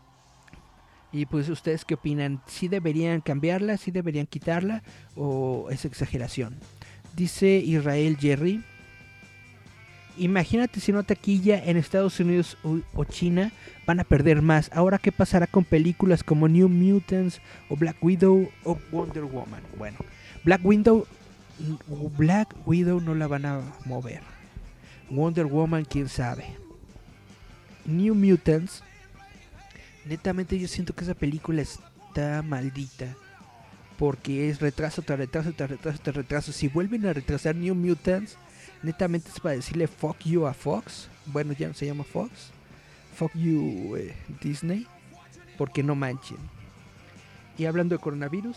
Y pues, ¿ustedes qué opinan? ¿Sí deberían cambiarla? ¿Sí deberían quitarla? ¿O es exageración? Dice Israel Jerry, imagínate si no taquilla en Estados Unidos o, o China, van a perder más. Ahora, ¿qué pasará con películas como New Mutants o Black Widow o Wonder Woman? Bueno, Black Widow Black Widow no la van a mover. Wonder Woman, quién sabe. New Mutants. Netamente yo siento que esa película está maldita. Porque es retraso tras retraso tras retraso tras retraso. Si vuelven a retrasar New Mutants, netamente es para decirle fuck you a Fox. Bueno, ya no se llama Fox. Fuck you eh, Disney. Porque no manchen. Y hablando de coronavirus.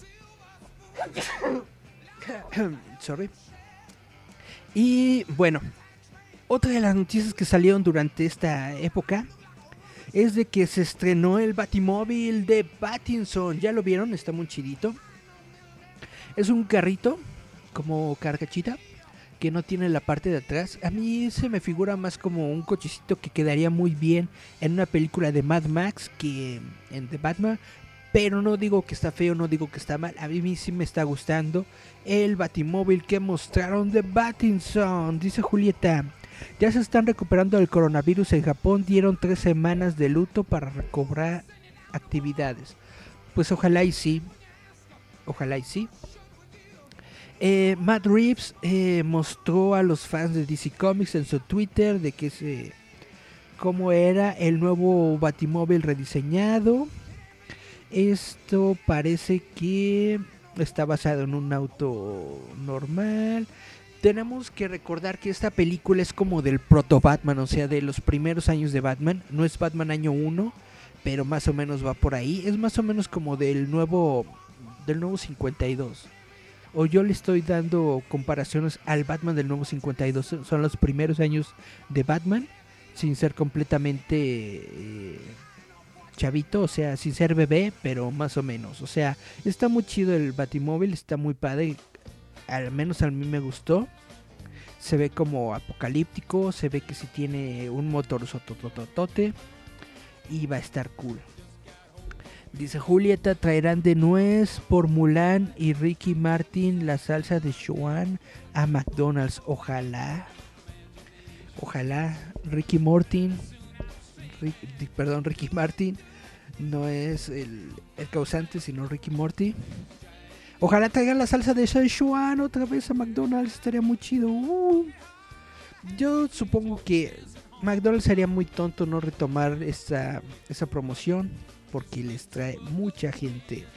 Sorry. Y bueno, otra de las noticias que salieron durante esta época es de que se estrenó el Batimóvil de Pattinson. ¿Ya lo vieron? Está muy chidito. Es un carrito como carcachita que no tiene la parte de atrás. A mí se me figura más como un cochecito que quedaría muy bien en una película de Mad Max que en The Batman. Pero no digo que está feo, no digo que está mal. A mí sí me está gustando el Batimóvil que mostraron de Pattinson. Dice Julieta: ya se están recuperando del coronavirus en Japón. Dieron tres semanas de luto para recobrar actividades. Pues ojalá y sí. Ojalá y sí. Eh, Matt Reeves eh, mostró a los fans de D C Comics en su Twitter de que se, cómo era el nuevo Batimóvil rediseñado. Esto parece que está basado en un auto normal. Tenemos que recordar que esta película es como del proto Batman, o sea, de los primeros años de Batman. No es Batman año uno, pero más o menos va por ahí. Es más o menos como del nuevo del nuevo cincuenta y dos. O yo le estoy dando comparaciones al Batman del nuevo cincuenta y dos. Son los primeros años de Batman, sin ser completamente eh, chavito, o sea, sin ser bebé, pero más o menos. O sea, está muy chido el Batimóvil, está muy padre. Al menos a mí me gustó. Se ve como apocalíptico, se ve que sí tiene un motor sotototote y va a estar cool. Dice Julieta: traerán de nuez por Mulan y Ricky Martin la salsa de Szechuan a McDonald's. Ojalá. Ojalá. Ricky Martin. Rick, perdón, Ricky Martin no es el, el causante, sino Ricky Morty. Ojalá traigan la salsa de Szechuan otra vez a McDonald's. Estaría muy chido. Uh. Yo supongo que McDonald's sería muy tonto no retomar esa, esa promoción, porque les trae mucha gente.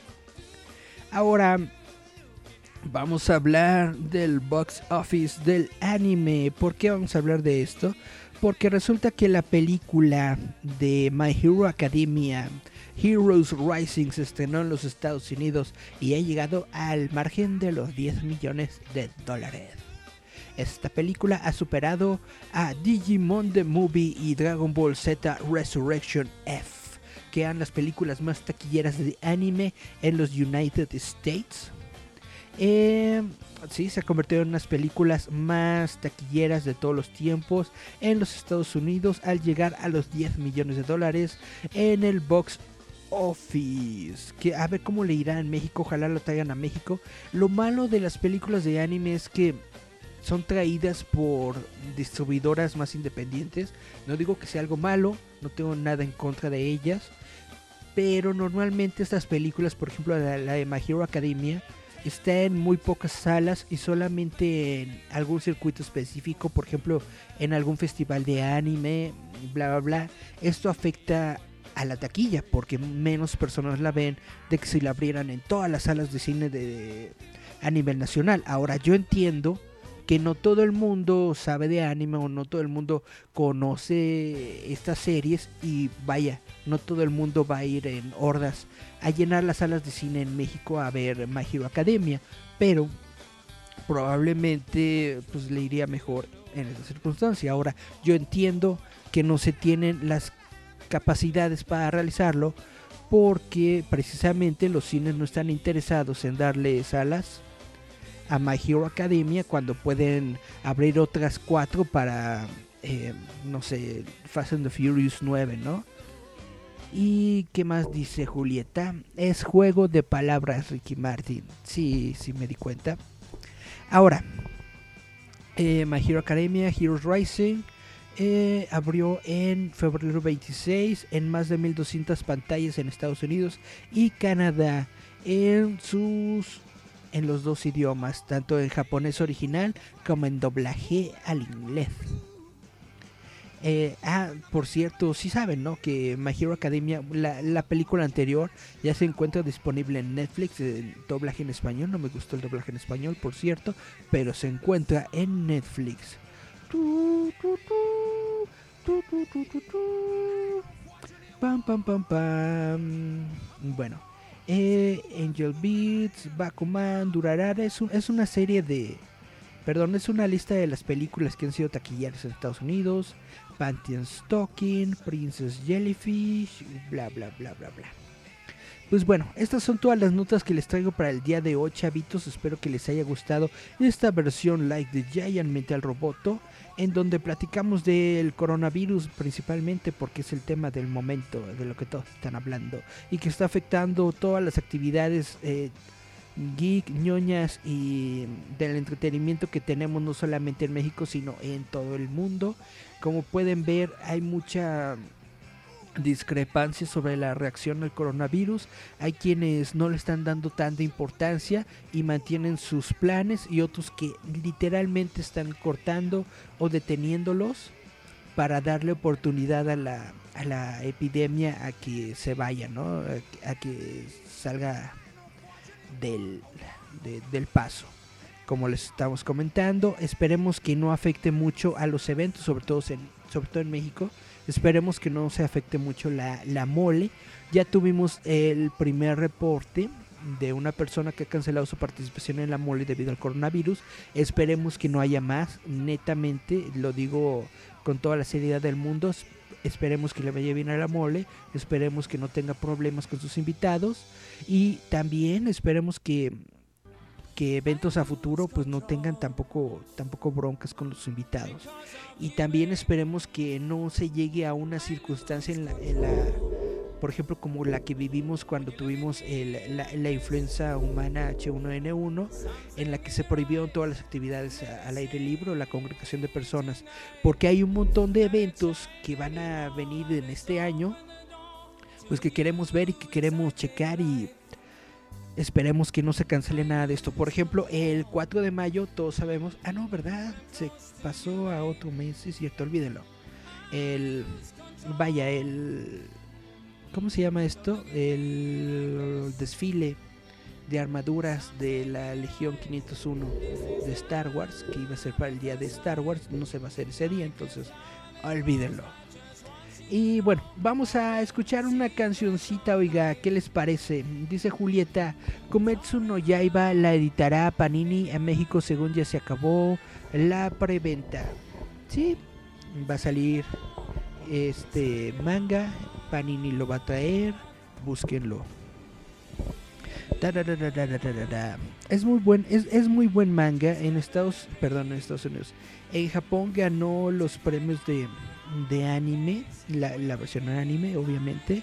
Ahora vamos a hablar del box office del anime. ¿Por qué vamos a hablar de esto? Porque resulta que la película de My Hero Academia, Heroes Rising, se estrenó en los Estados Unidos y ha llegado al margen de los diez millones de dólares. Esta película ha superado a Digimon The Movie y Dragon Ball Z Resurrection F, que eran las películas más taquilleras de anime en los United States. Eh, sí, se ha convertido en unas películas más taquilleras de todos los tiempos en los Estados Unidos al llegar a los diez millones de dólares en el box office. Que a ver cómo le irá en México, ojalá lo traigan a México. Lo malo de las películas de anime es que son traídas por distribuidoras más independientes. No digo que sea algo malo, no tengo nada en contra de ellas, pero normalmente estas películas, por ejemplo la, la de My Hero Academia, está en muy pocas salas y solamente en algún circuito específico, por ejemplo en algún festival de anime, bla bla bla. Esto afecta a la taquilla porque menos personas la ven de que si la abrieran en todas las salas de cine de, a nivel nacional. Ahora yo entiendo que no todo el mundo sabe de anime o no todo el mundo conoce estas series y vaya, no todo el mundo va a ir en hordas a llenar las salas de cine en México a ver My Hero Academia, pero probablemente pues le iría mejor en esa circunstancia. Ahora yo entiendo que no se tienen las capacidades para realizarlo porque precisamente los cines no están interesados en darle salas a My Hero Academia cuando pueden abrir otras cuatro para eh, no sé, Fast and the Furious nueve, ¿no? Y qué más dice Julieta, es juego de palabras Ricky Martin. Sí, sí me di cuenta. Ahora eh, My Hero Academia Heroes Rising eh, abrió en febrero veintiséis en más de mil doscientas pantallas en Estados Unidos y Canadá. En sus en los dos idiomas, tanto en japonés original como en doblaje al inglés. Eh, ah, por cierto, sí saben, ¿no? Que My Hero Academia, la, la película anterior, ya se encuentra disponible en Netflix, en doblaje en español. No me gustó el doblaje en español, por cierto, pero se encuentra en Netflix. Tu, tu, tu, tu, tu, tu, tu, tu. Pam, pam, pam, pam. Bueno, eh, Angel Beats, Bakuman, Durarara, es, un, es una serie de... Perdón, es una lista de las películas que han sido taquilleras en Estados Unidos. Panty and Stocking, Princess Jellyfish, bla bla bla bla bla. Pues bueno, estas son todas las notas que les traigo para el día de hoy, chavitos. Espero que les haya gustado esta versión Like the Giant Metal Roboto, en donde platicamos del coronavirus principalmente, porque es el tema del momento, de lo que todos están hablando, y que está afectando todas las actividades eh, geek, ñoñas y del entretenimiento que tenemos, no solamente en México, sino en todo el mundo. Como pueden ver, hay mucha discrepancia sobre la reacción al coronavirus. Hay quienes no le están dando tanta importancia y mantienen sus planes, y otros que literalmente están cortando o deteniéndolos para darle oportunidad a la, a la epidemia a que se vaya, ¿no? A, a que salga del, de, del paso. Como les estamos comentando, esperemos que no afecte mucho a los eventos, sobre todo en, sobre todo en México. Esperemos que no se afecte mucho la, la mole. Ya tuvimos el primer reporte de una persona que ha cancelado su participación en la mole debido al coronavirus. Esperemos que no haya más, netamente, lo digo con toda la seriedad del mundo. Esperemos que le vaya bien a la mole, esperemos que no tenga problemas con sus invitados, y también esperemos que, que eventos a futuro pues no tengan tampoco, tampoco broncas con los invitados. Y también esperemos que no se llegue a una circunstancia en la, en la por ejemplo, como la que vivimos cuando tuvimos el, la, la influenza humana H uno N uno, en la que se prohibieron todas las actividades a, al aire libre, la congregación de personas, porque hay un montón de eventos que van a venir en este año, pues que queremos ver y que queremos checar, y esperemos que no se cancele nada de esto. Por ejemplo, el cuatro de mayo, todos sabemos, ah no, ¿verdad? Se pasó a otro mes, es cierto, olvídenlo. El, vaya, el... ¿Cómo se llama esto? El desfile de armaduras de la Legión quinientos uno de Star Wars, que iba a ser para el día de Star Wars, no se va a hacer ese día, entonces olvídenlo. Y bueno, vamos a escuchar una cancioncita, oiga, ¿qué les parece? Dice Julieta, Kometsu no Yaiba la editará Panini en México según ya se acabó la preventa. Sí, va a salir este manga, Panini lo va a traer, búsquenlo. Es muy buen, es, es muy buen manga en Estados, perdón, en Estados Unidos. En Japón ganó los premios de, de anime, la, la versión en anime, obviamente.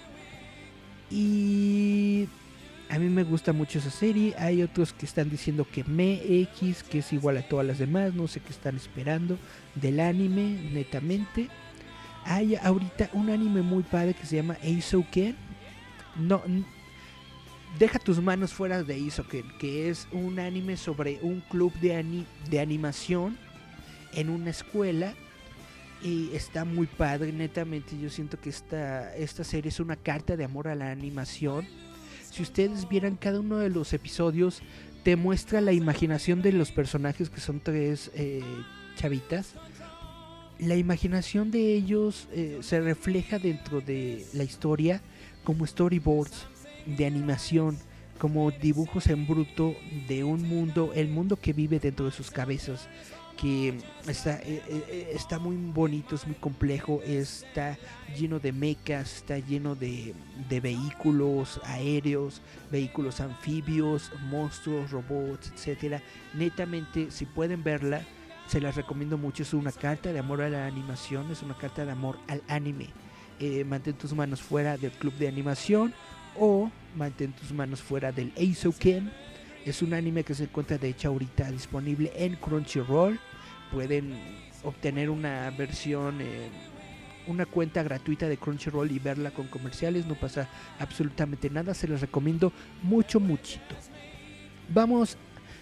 Y a mí me gusta mucho esa serie. Hay otros que están diciendo que Me X, que es igual a todas las demás. No sé qué están esperando del anime, netamente. Hay ahorita un anime muy padre que se llama Eizouken. No, n- deja tus manos fuera de Eizouken, que es un anime sobre un club de, ani- de animación en una escuela. Y está muy padre, netamente. Yo siento que esta, esta serie es una carta de amor a la animación. Si ustedes vieran cada uno de los episodios, te muestra la imaginación de los personajes, que son tres eh, chavitas. La imaginación de ellos eh, se refleja dentro de la historia como storyboards de animación, como dibujos en bruto de un mundo, el mundo que vive dentro de sus cabezas, que está, eh, eh, está muy bonito, es muy complejo, está lleno de mechas, está lleno de, de vehículos aéreos, vehículos anfibios, monstruos, robots, etcétera. Netamente, si pueden verla, se las recomiendo mucho. Es una carta de amor a la animación, es una carta de amor al anime. Eh, mantén tus manos fuera del club de animación, o mantén tus manos fuera del Eizouken. Es un anime que se encuentra de hecho ahorita disponible en Crunchyroll. Pueden obtener una versión, eh, una cuenta gratuita de Crunchyroll y verla con comerciales. No pasa absolutamente nada, se les recomiendo mucho, muchito. Vamos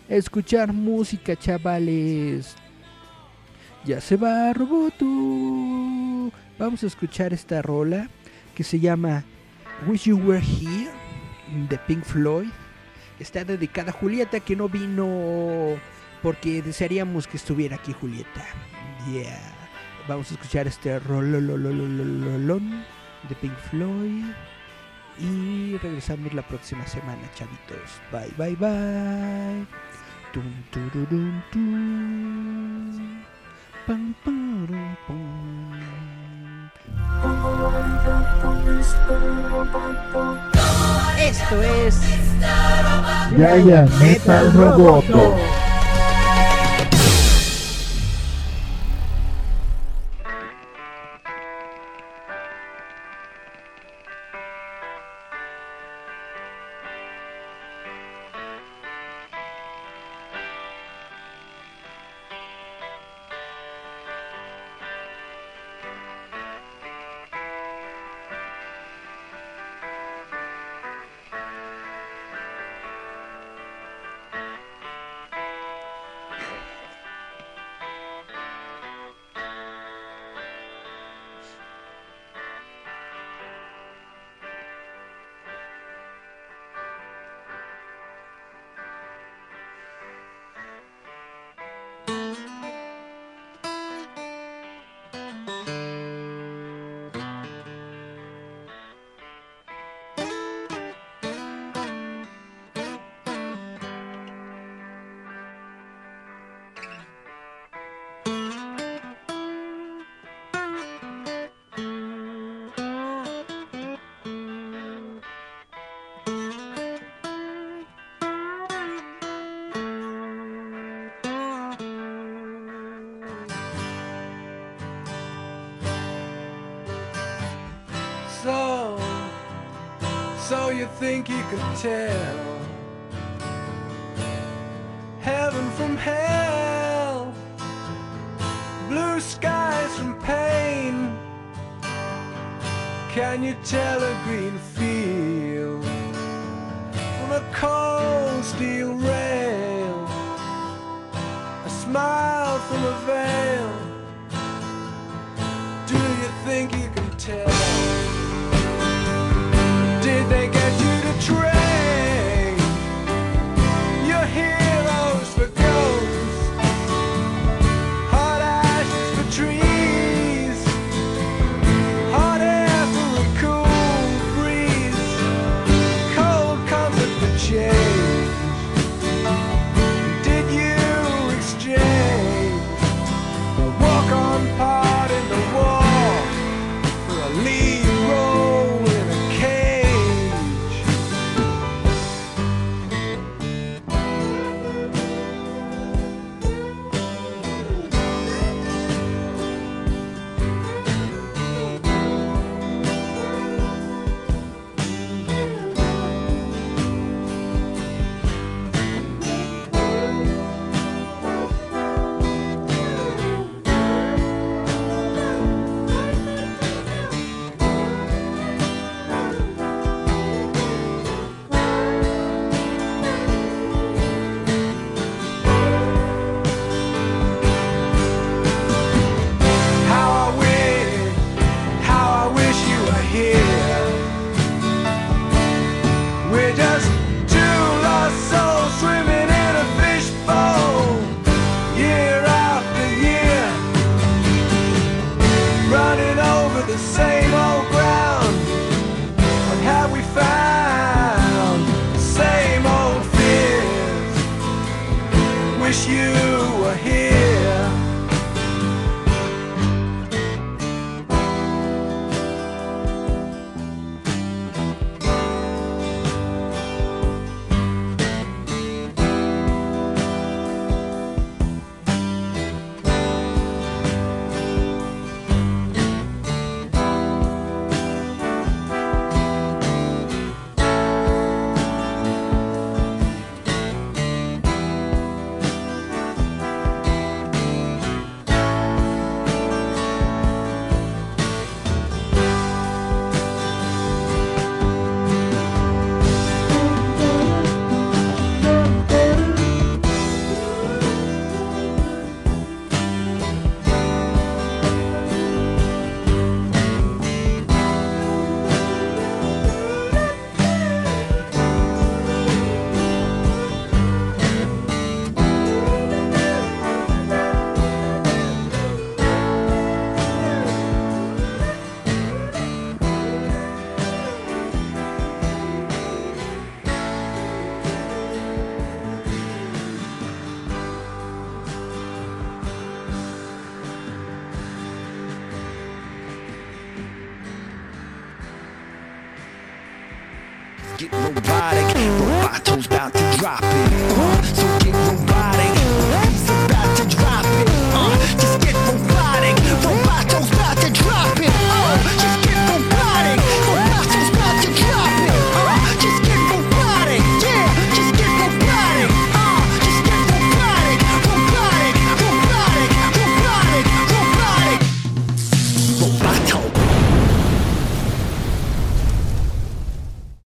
escuchar música, chavales. Ya se va, Roboto. Vamos a escuchar esta rola que se llama Wish You Were Here de Pink Floyd. Está dedicada a Julieta, que no vino porque desearíamos que estuviera aquí Julieta. Yeah. Vamos a escuchar este rololololololón de Pink Floyd. Y regresamos la próxima semana, chavitos. Bye, bye, bye. Tum, tururun, tum. Pam, parum, pum. Esto es Giant Metal Roboto. So, so you think you can tell heaven from hell, blue skies from pain? Can you tell a green field from a cold steel rail, a smile from a veil? Do you think you can tell? Did they get you to trade your heroes for ghosts, hot ashes for trees, hot air for a cool breeze, cold comfort for change? Did you exchange a walk-on part in the war for a lead role in a cage? How I wish, how I wish you were here. We're just two lost souls swimming in a fishbowl, year after year, running over the same old ground. What have we found? The same old fears. Wish you were here. get robotic. Robato's about to drop it.